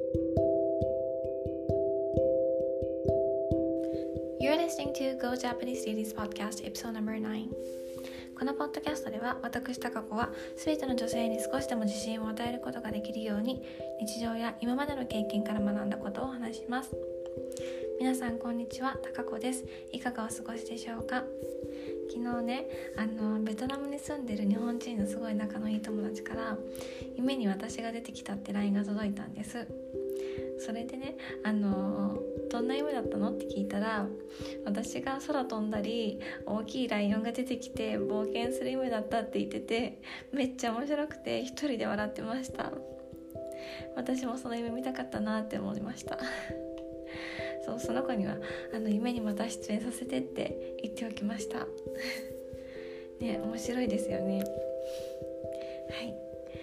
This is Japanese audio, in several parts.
You're listening to Go Japanese Ladies Podcast Episode No.9。 このポッドキャストでは私高子は全ての女性に少しでも自信を与えることができるように日常や今までの経験から学んだことをお話します。皆さんこんにちは、高子です。いかがお過ごしでしょうか。昨日ね、ベトナムに住んでる日本人のすごい仲のいい友達から夢に私が出てきたって LINE が届いたんです。それでね、どんな夢だったのって聞いたら、私が空飛んだり大きいライオンが出てきて冒険する夢だったって言ってて、めっちゃ面白くて一人で笑ってました。私もその夢見たかったなって思いましたその子には夢にまた出演させてって言っておきましたね、面白いですよね。はい、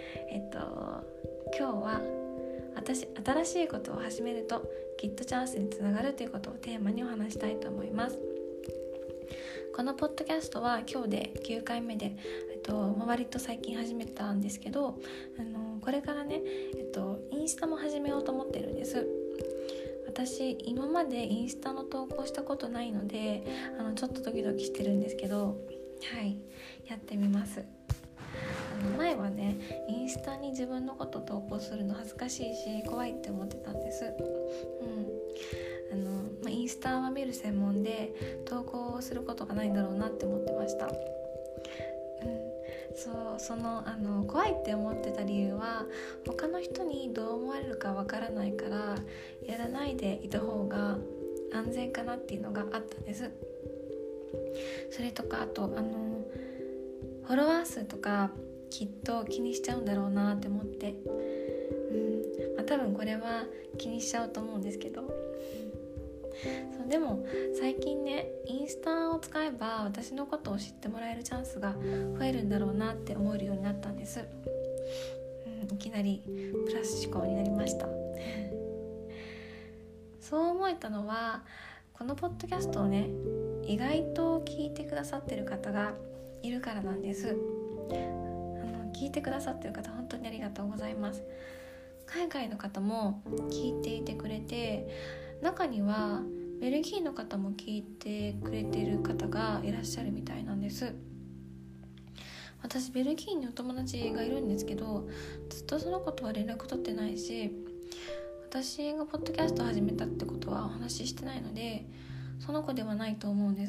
今日は新しいことを始めるときっとチャンスにつながるということをテーマにお話したいと思います。このポッドキャストは今日で9回目で、割と最近始めたんですけど、これからね、インスタも始めようと思ってるんです。私今までインスタの投稿したことないのでちょっとドキドキしてるんですけど、はいやってみます。前はね、インスタに自分のことを投稿するの恥ずかしいし怖いって思ってたんです。インスタは見る専門で投稿することがないんだろうなって思ってました。怖いって思ってた理由は他の人にどう思われるかわからないからやらないでいた方が安全かなっていうのがあったんです。それとかあとフォロワー数とかきっと気にしちゃうんだろうなって思って、多分これは気にしちゃうと思うんですけど、でも最近ね、インスタを使えば私のことを知ってもらえるチャンスが増えるんだろうなって思えるようになったんです。いきなりプラス思考になりましたそう思えたのはこのポッドキャストをね、意外と聞いてくださってる方がいるからなんです。聞いてくださってる方本当にありがとうございます。海外の方も聞いていてくれて、中にはベルギーの方も聞いてくれてる方がいらっしゃるみたいなんです。私ベルギーにお友達がいるんですけど、ずっとその子とは連絡取ってないし、私がポッドキャストを始めたってことはお話ししてないので、その子ではないと思うんです。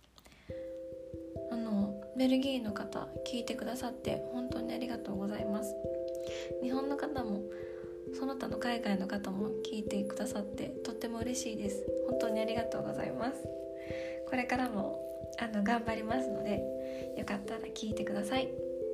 ベルギーの方聞いてくださって本当にありがとうございます。日本の方もその他の海外の方も聞いてくださってとっても嬉しいです。本当にありがとうございます。これからも頑張りますので、よかったら聞いてください。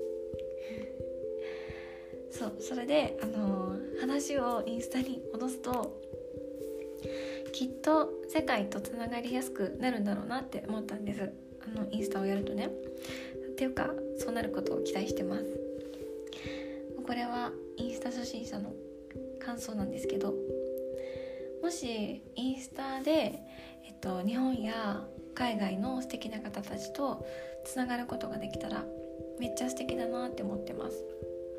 それで話をインスタに戻すと、きっと世界とつながりやすくなるんだろうなって思ったんです。インスタをやるとね、っていうかそうなることを期待してます。これはインスタ初心者の感想なんですけど、もしインスタで、日本や海外の素敵な方たちとつながることができたらめっちゃ素敵だなって思ってます。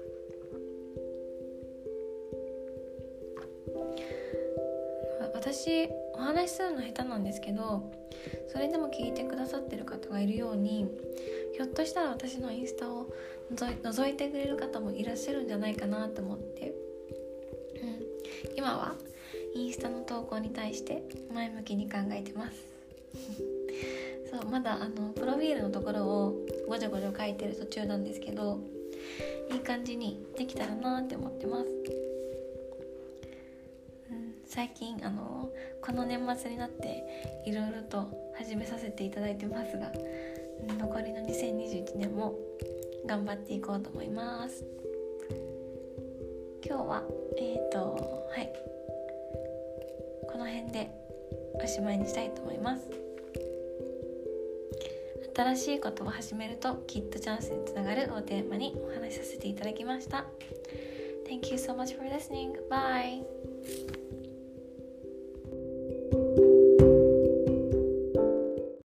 私お話しするの下手なんですけど、それでも聞いてくださってる方がいるように、ひょっとしたら私のインスタを覗いてくれる方もいらっしゃるんじゃないかなと思って、今はインスタの投稿に対して前向きに考えてますまだプロフィールのところをごちょごちょ書いてる途中なんですけど、いい感じにできたらなって思ってます。最近この年末になっていろいろと始めさせていただいてますが、残りの2021年も頑張っていこうと思います。今日はこの辺でおしまいにしたいと思います。新しいことを始めるときっとチャンスにつながるをテーマにお話しさせていただきました。Thank you so much for listening. Bye!